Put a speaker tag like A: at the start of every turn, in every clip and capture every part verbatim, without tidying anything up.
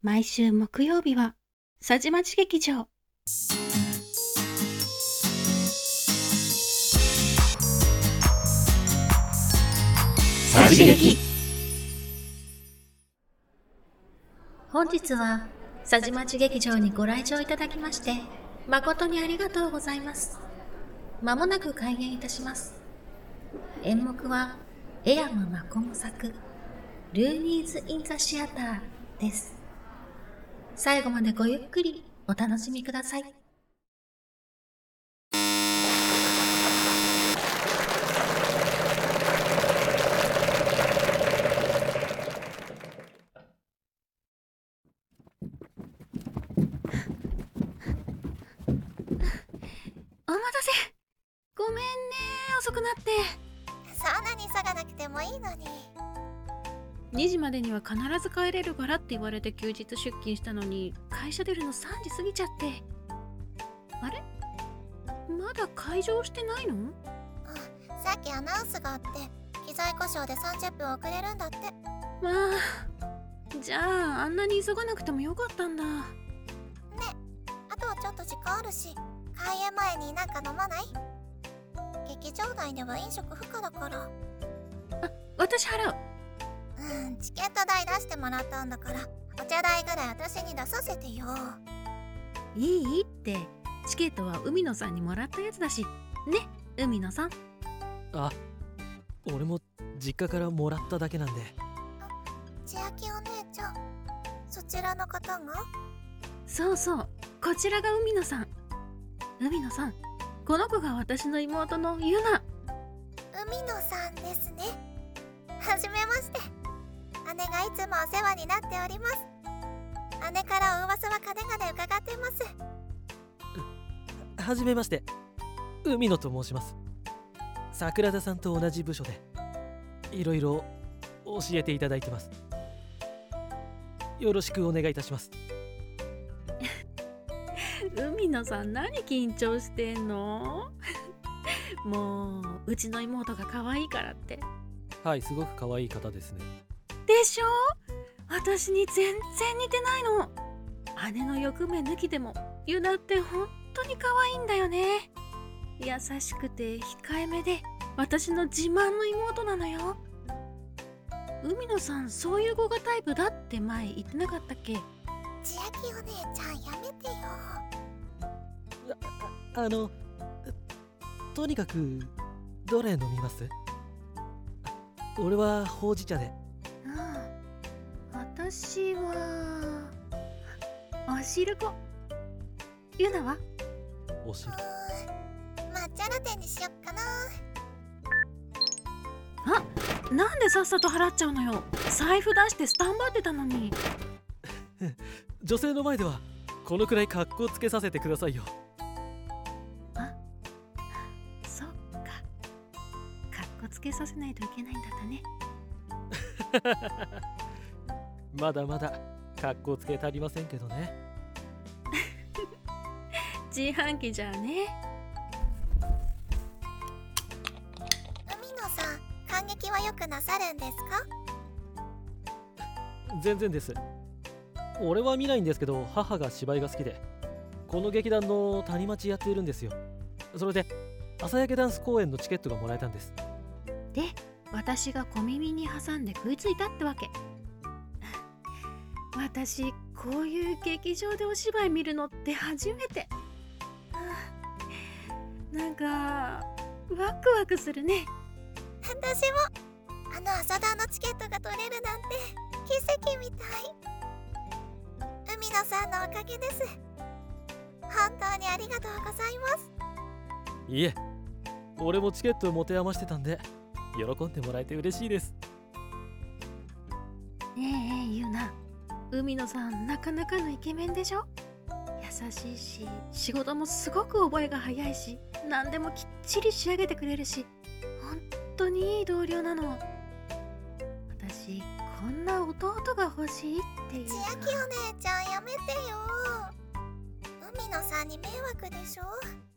A: 毎週木曜日はさじまち劇場。さじ劇。本日はさじまち劇場にご来場いただきまして誠にありがとうございます。まもなく開演いたします。演目は江山まこも作ルーニーズ・イン・ザ・シアターです。最後までごゆっくりお楽しみください。お待たせ。ごめんね、遅くなって。
B: そんなに急がなくてもいいのに。
A: にじまでには必ず帰れるからって言われて休日出勤したのに、会社出るのさんじ過ぎちゃって。あれ、まだ開場してないの？
B: うん、さっきアナウンスがあって機材故障でさんじゅっぷん遅れるんだって。
A: まあじゃああんなに急がなくてもよかったんだね。
B: あとはちょっと時間あるし、開演前になんか飲まない？劇場内では飲食不可だから。
A: あ、私払う。
B: うん、チケット代出してもらったんだからお茶代ぐらい私に出させてよ。
A: いいって、チケットは海野さんにもらったやつだしね、海野さん。
C: あ、俺も実家からもらっただけなんで。
B: 千秋お姉ちゃん、そちらの方が？
A: そうそう、こちらが海野さん。海野さん、この子が私の妹のユナ。
B: 海野さんですね。はじめまして。姉がいつもお世話になっております。姉からお噂はかねがね伺ってます。
C: はじめまして、海野と申します。桜田さんと同じ部署でいろいろ教えていただいてます。よろしくお願いいたします。
A: 海野さん、何緊張してんの？もううちの妹が可愛いからって。
C: はい、すごく可愛い方ですね。
A: でしょ？私に全然似てないの。姉の欲目抜きでもユナって本当に可愛いんだよね。優しくて控えめで私の自慢の妹なのよ。海野さん、そういう子がタイプだって前言ってなかったっけ？
B: 千秋お姉ちゃん、やめてよ。
C: あ、あのとにかくどれ飲みます？俺はほうじ茶で。
A: うん、私はおしるこ。ユナは？
C: おしる。
B: 抹茶ラテにしよっかな。
A: あ、なんでさっさと払っちゃうのよ。財布出してスタンバってたのに。
C: 女性の前ではこのくらい格好つけさせてくださいよ。
A: あ、そっか、格好つけさせないといけないんだったね。
C: まだまだ格好つけ足りませんけどね。
A: 自販機じゃあね。
B: 海野さん、感激はよくなさるんですか？
C: 全然です。俺は見ないんですけど、母が芝居が好きでこの劇団の谷町やっているんですよ。それで朝焼けダンス公演のチケットがもらえたんです。
A: で、私が小耳に挟んで食いついたってわけ。私、こういう劇場でお芝居見るのって初めて。なんかワクワクするね。
B: 私もあの朝ドラのチケットが取れるなんて奇跡みたい。海野さんのおかげです。本当にありがとうございます。
C: いえ、俺もチケットを持て余してたんで喜んでもらえて嬉しいです。
A: ねえ、ユナ、海野さんなかなかのイケメンでしょ。優しいし、仕事もすごく覚えが早いし、何でもきっちり仕上げてくれるし、本当にいい同僚なの。私、こんな弟が欲しいっていうか。
B: 千秋お姉ちゃん、やめてよ。海野さんに迷惑でしょ。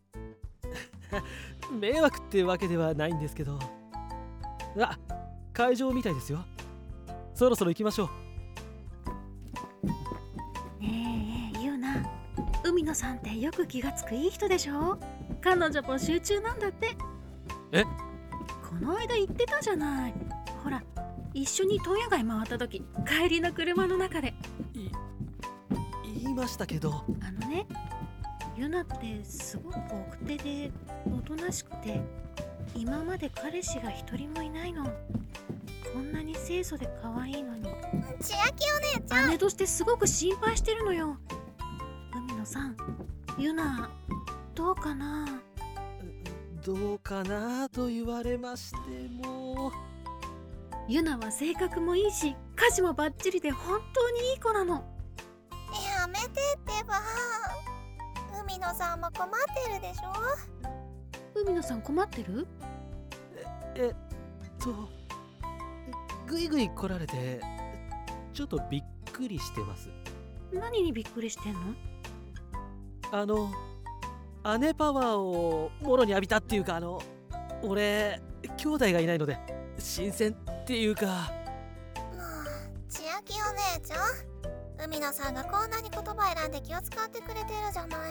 C: 迷惑ってわけではないんですけど。あ、会場みたいですよ。そろそろ行きましょう。
A: ねえユナ、海野さんってよく気がつくいい人でしょ。彼女募集中なんだって。
C: え？
A: この間言ってたじゃない。ほら、一緒に問屋街回った時、帰りの車の中で。
C: い言いましたけど。
A: あのね、ユナってすごく奥手でおとなしくて、今まで彼氏が一人もいないの。こんなに清楚で可愛いのに。
B: 千秋お姉ちゃん。
A: 姉としてすごく心配してるのよ。海野さん、ユナどうかな。
C: どうかなと言われましても。
A: ユナは性格もいいし、家事もバッチリで本当にいい子なの。
B: やめてってば。海野さんも困ってるでしょ。
A: 海野さん困ってる？
C: えっとぐいぐい来られてちょっとびっくりしてます。
A: 何にびっくりしてんの？
C: あの姉パワーをもろに浴びたっていうか、あの俺兄弟がいないので新鮮っていうか。
B: もう千秋お姉ちゃん、海野さんがこんなに言葉選んで気を使ってくれてるじゃない。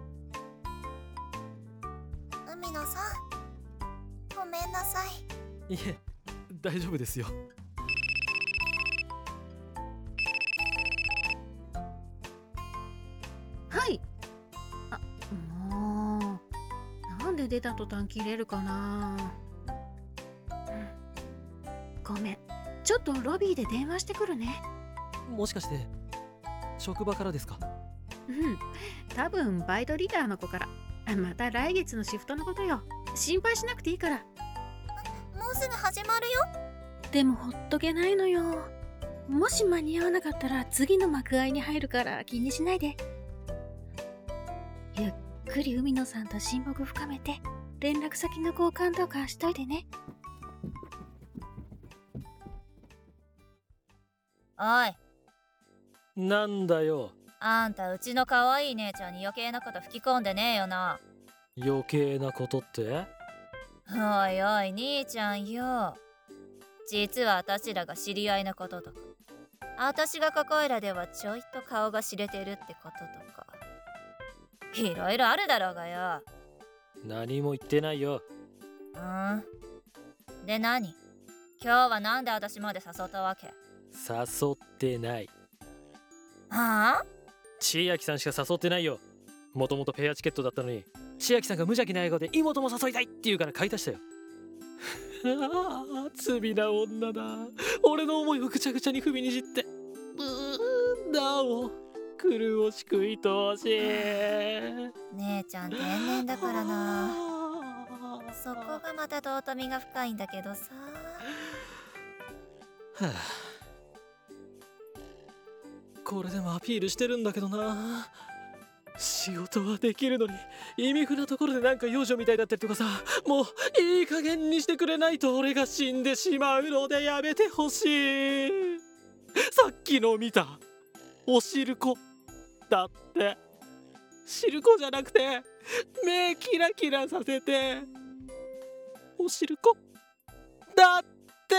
B: 海野さん、ごめんなさい。
C: いえ、大丈夫ですよ。
A: はい。あ、もうなんで出た途端切れるかな。うん、ごめん、ちょっとロビーで電話してくるね。
C: もしかして職場からですか？
A: うん、多分バイトリーダーの子から。また来月のシフトのことよ。心配しなくていいから。
B: もうすぐ始まるよ。
A: でもほっとけないのよ。もし間に合わなかったら次の幕間に入るから気にしないで。ゆっくり海野さんと親睦深めて、連絡先の交換とかしといてね。
B: おい、
C: なんだよ。
B: あんたうちの可愛い姉ちゃんに余計なこと吹き込んでねえよな。
C: 余計なことって？
B: おいおい兄ちゃんよ、実は私らが知り合いのこととか、私がここいらではちょいと顔が知れてるってこととか、いろいろあるだろうがよ。
C: 何も言ってないよ。
B: うんで何？今日はなんで私まで誘ったわけ？
C: 誘ってない。
B: はあ？
C: 千秋さんしか誘ってないよ。もともとペアチケットだったのに、千秋さんが無邪気な笑顔で妹も誘いたいって言うから買い足したよ。ああ、罪な女だ。俺の思いをぐちゃぐちゃに踏みにじって、うーなお苦しく愛おしい。
B: 姉ちゃん天然だからな。そこがまた尊みが深いんだけどさ。
C: はあ、これでもアピールしてるんだけどな。仕事はできるのに意味不なところでなんか幼女みたいだったりとかさ、もういい加減にしてくれないと俺が死んでしまうのでやめてほしい。さっきの見たおしるこだって、しるこじゃなくて目キラキラさせておしるこだって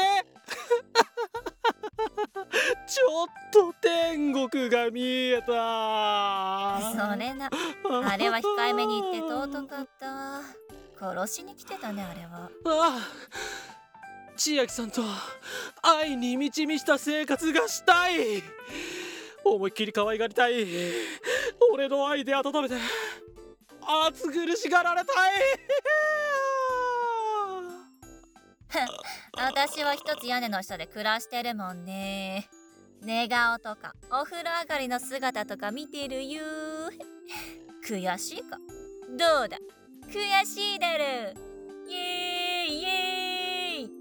C: ちょっと天国が見えた。
B: それな、あれは控えめに言って尊かった。殺しに来てたねあれは。
C: ああ、千秋さんと愛に満ち満ちた生活がしたい。思いっきり可愛がりたい。俺の愛で温めて暑苦しがられたい。
B: 私は一つ屋根の下で暮らしてるもんね。寝顔とかお風呂上がりの姿とか見てるよ。悔しいか？どうだ、悔しいだろ。イエーイイエーイ。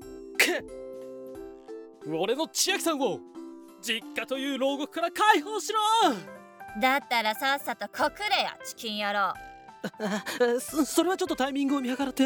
C: くっ、俺の千秋さんを実家という牢獄から解放しろ。
B: だったらさっさと告れやチキン野郎。
C: そ, それはちょっとタイミングを見計らって。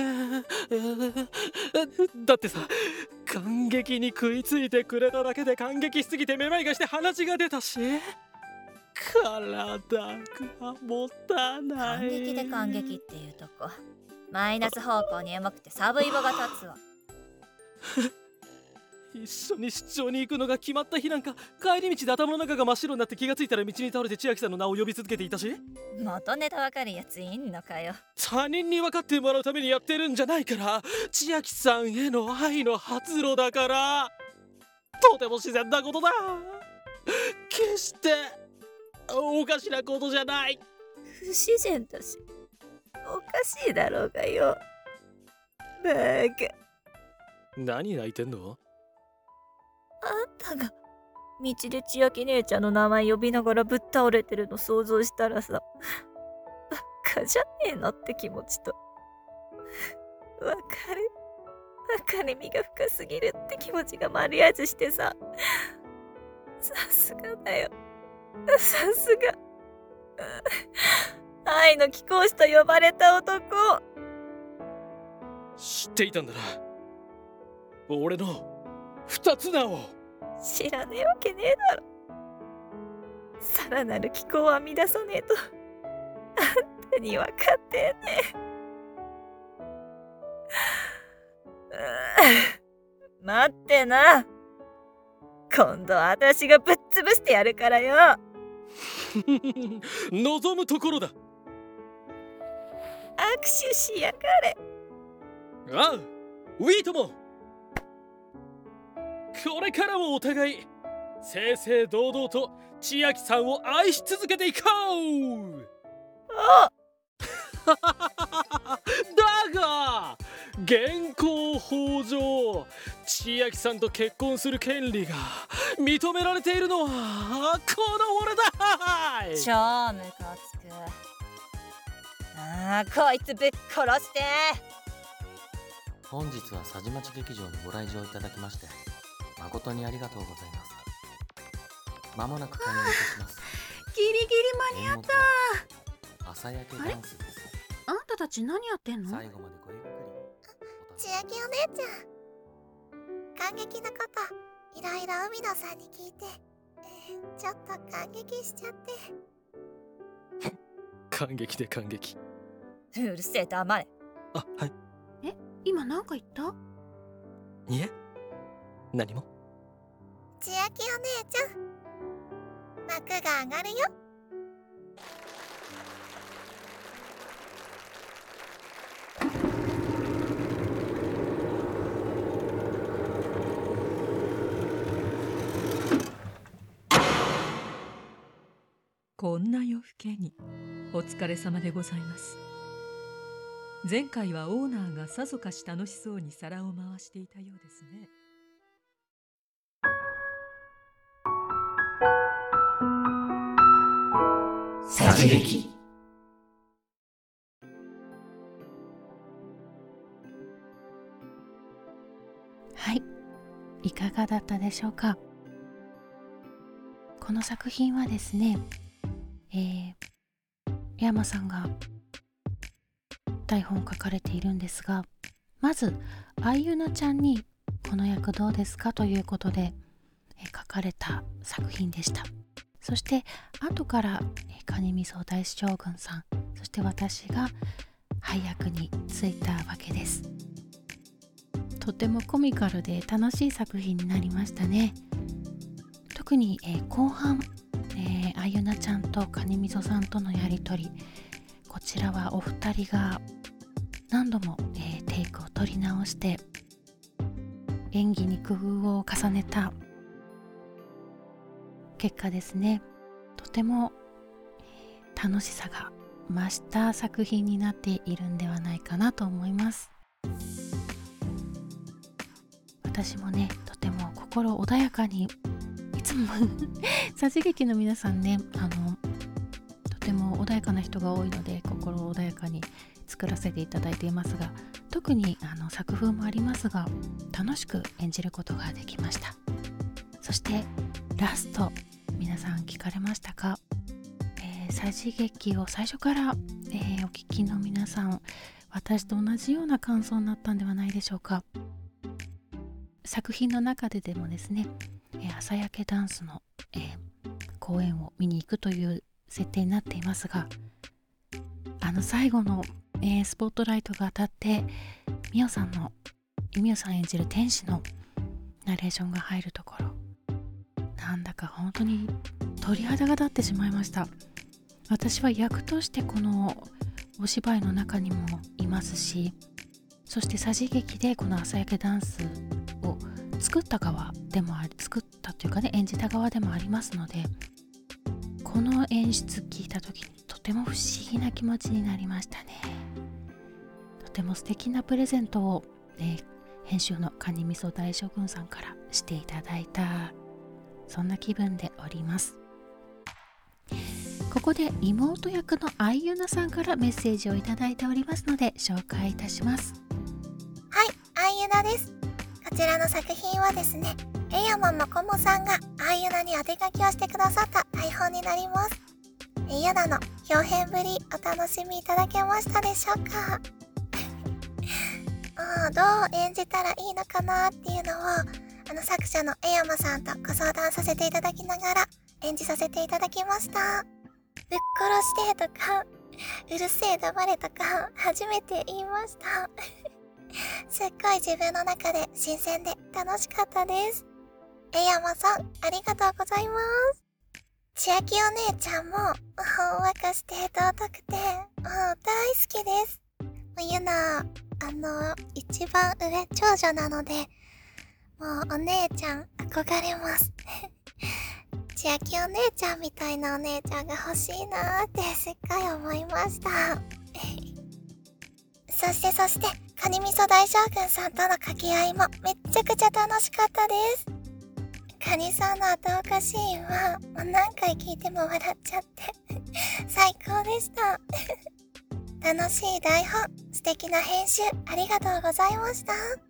C: だってさ、感激に食いついてくれただけで感激しすぎてめまいがして鼻血が出たし、体が持たない。
B: 感激で感激っていうとこ、マイナス方向にエモくてサブイボが立つわ。
C: 一緒に出張に行くのが決まった日なんか、帰り道で頭の中が真っ白になって気がついたら道に倒れて千秋さんの名を呼び続けていたし。
D: 元ネタわかるやついんのかよ。
C: 他人に分かってもらうためにやってるんじゃないから、千秋さんへの愛の発露だから。とても自然なことだ。決しておかしなことじゃない。
D: 不自然だしおかしいだろうがよ。バカ。
C: 何泣いてんの？
D: あんたが道で千秋姉ちゃんの名前呼びながらぶっ倒れてるの想像したらさ、バカじゃねえのって気持ちと、わかる分かりみが深すぎるって気持ちがマリアージュしてさ、さすがだよ、さすが愛の貴公子と呼ばれた男。
C: 知っていたんだな、俺の二つ名を。
D: 知らねえわけねえだろ。さらなる貴公を編み出さねえとあんたに分かってんねえ。待ってな、今度は私がぶっ潰してやるからよ。
C: 望むところだ。
D: 握手しやがれ。
C: ああ、ウィートもこれからもお互い正々堂々と千秋さんを愛し続けていこう。
D: お
C: だが現行法上、千秋さんと結婚する権利が認められているのはこの俺だ。
D: 超ムカつく。ああ、こいつぶっ殺して。
E: 本日は佐治町劇場にご来場いただきまして誠にありがとうございます。まもなく開演いたします。
A: ギリギリ間に合った。
E: 朝焼けダンスです。
A: あんたたち何やってんの？
E: 最後までごゆっくりお楽しみ
B: 千秋お姉ちゃん、感激のこといろいろ海野さんに聞いて、えーちょっと感激しちゃって。
C: 感激で感激。
D: うるせえ、黙れ。
C: あ、はい。
A: 今なんか言った？
C: いえ、何も。
B: 千秋お姉ちゃん、幕が上がるよ。
F: こんな夜更けにお疲れ様でございます。前回はオーナーがさぞかし楽しそうに皿を回していたようですね。
E: 殺撃。
A: はい、いかがだったでしょうか。この作品はですね、えー、山さんが台本を書かれているんですが、まずあゆなちゃんにこの役どうですかということで、えー、書かれた作品でした。そして後からえー、蟹味噌大将軍さん、そして私が配役に就いたわけです。とてもコミカルで楽しい作品になりましたね。特に、えー、後半、えー、あゆなちゃんと蟹味噌さんとのやりとり、こちらはお二人が何度も、えー、テイクを取り直して演技に工夫を重ねた結果ですね。とても、えー、楽しさが増した作品になっているんではないかなと思います。私もね、とても心穏やかに、いつもさじ劇の皆さんね、あのとても穏やかな人が多いので心穏やかに作らせていただいていますが、特にあの作風もありますが楽しく演じることができました。そしてラスト、皆さん聞かれましたか？えー、さじ劇を最初から、えー、お聞きの皆さん、私と同じような感想になったんではないでしょうか。作品の中ででもですね、えー、朝焼けダンスの、えー、公演を見に行くという設定になっていますが、あの最後の、えー、スポットライトが当たって、みおさんのみおさん演じる天使の
G: ナレーションが入るところ、なんだか本当に鳥肌が立ってしまいました。私は役としてこのお芝居の中にもいますし、そしてさじ劇でこの朝焼けダンスを作った側でもあり、作ったというかね、演じた側でもありますので、この演出聞いた時にとても不思議な気持ちになりましたね。とても素敵なプレゼントを、えー、編集のカニ味噌大将軍さんからしていただいた、そんな気分でおります。ここで妹役のあいゆなさんからメッセージをいただいておりますので紹介いたします。
B: はい、あいゆなです。こちらの作品はですね、エヤママコモさんがあいゆなに当て書きをしてくださった台本になります。ユナの表現ぶりお楽しみいただけましたでしょうか？あどう演じたらいいのかなっていうのをあの作者のエヤマさんとご相談させていただきながら演じさせていただきました。ぶっ殺してとかうるせえ黙れとか初めて言いました。すっごい自分の中で新鮮で楽しかったです。エヤマさんありがとうございます。千秋お姉ちゃんもほんわかして尊くてもう大好きです。ゆなあの一番上長女なのでもうお姉ちゃん憧れます。千秋お姉ちゃんみたいなお姉ちゃんが欲しいなーってすっごい思いました。そしてそしてカニ味噌大将軍さんとの掛け合いもめっちゃくちゃ楽しかったです。カニさんの後おかシーンはもう何回聞いても笑っちゃって最高でした。楽しい台本、素敵な編集ありがとうございました。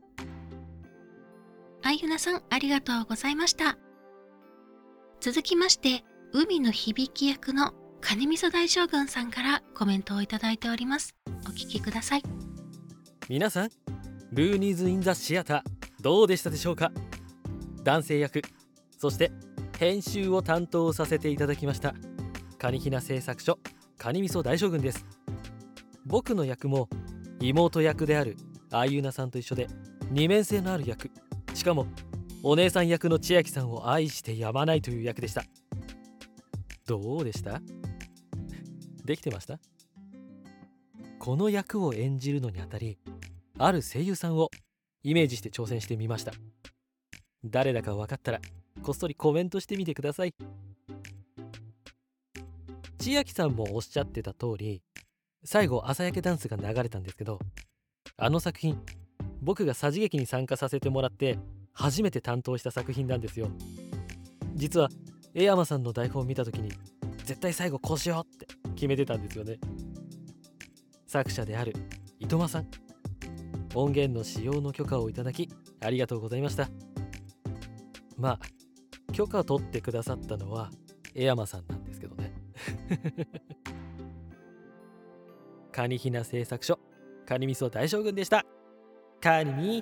A: あゆなさんありがとうございました。続きまして海の響き役のカニ味噌大将軍さんからコメントをいただいております。お聞きください。
C: 皆さん、ルーニーズ・イン・ザ・シアターどうでしたでしょうか？男性役、そして編集を担当させていただきましたカニひな製作所カニ味噌大将軍です。僕の役も妹役であるあゆなさんと一緒で二面性のある役、しかもお姉さん役の千秋さんを愛してやまないという役でした。どうでした？できてました？この役を演じるのにあたり、ある声優さんをイメージして挑戦してみました。誰だか分かったらこっそりコメントしてみてください。千秋さんもおっしゃってた通り、最後朝焼けダンスが流れたんですけど、あの作品僕がさじ劇に参加させてもらって初めて担当した作品なんですよ。実は江山さんの台本を見た時に絶対最後こうしようって決めてたんですよね。作者である伊藤間さん、音源の使用の許可をいただきありがとうございました。まあ許可を取ってくださったのは江山さんなんですけどね。カニひな製作所カニ味噌大将軍でした。カニミ。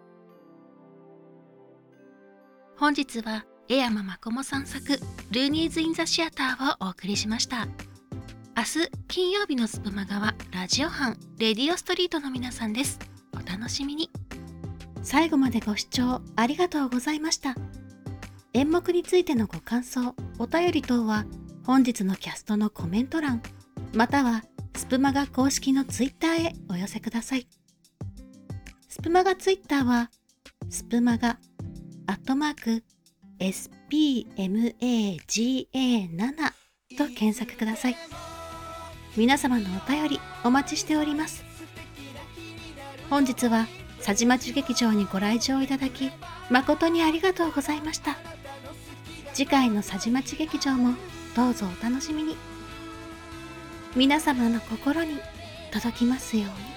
A: 本日は江山まこもさん作ルーニーズ・イン・ザ・シアターをお送りしました。明日金曜日のスプマガはラジオ班レディオストリートの皆さんです。お楽しみに。最後までご視聴ありがとうございました。演目についてのご感想、お便り等は本日のキャストのコメント欄またはスプマガ公式のツイッターへお寄せください。スプマガツイッターはスプマガアットマーク エスピーエムエージーエーセブン と検索ください。皆様のお便りお待ちしております。本日は佐治町劇場にご来場いただき誠にありがとうございました。次回の佐治町劇場もどうぞお楽しみに。皆様の心に届きますように。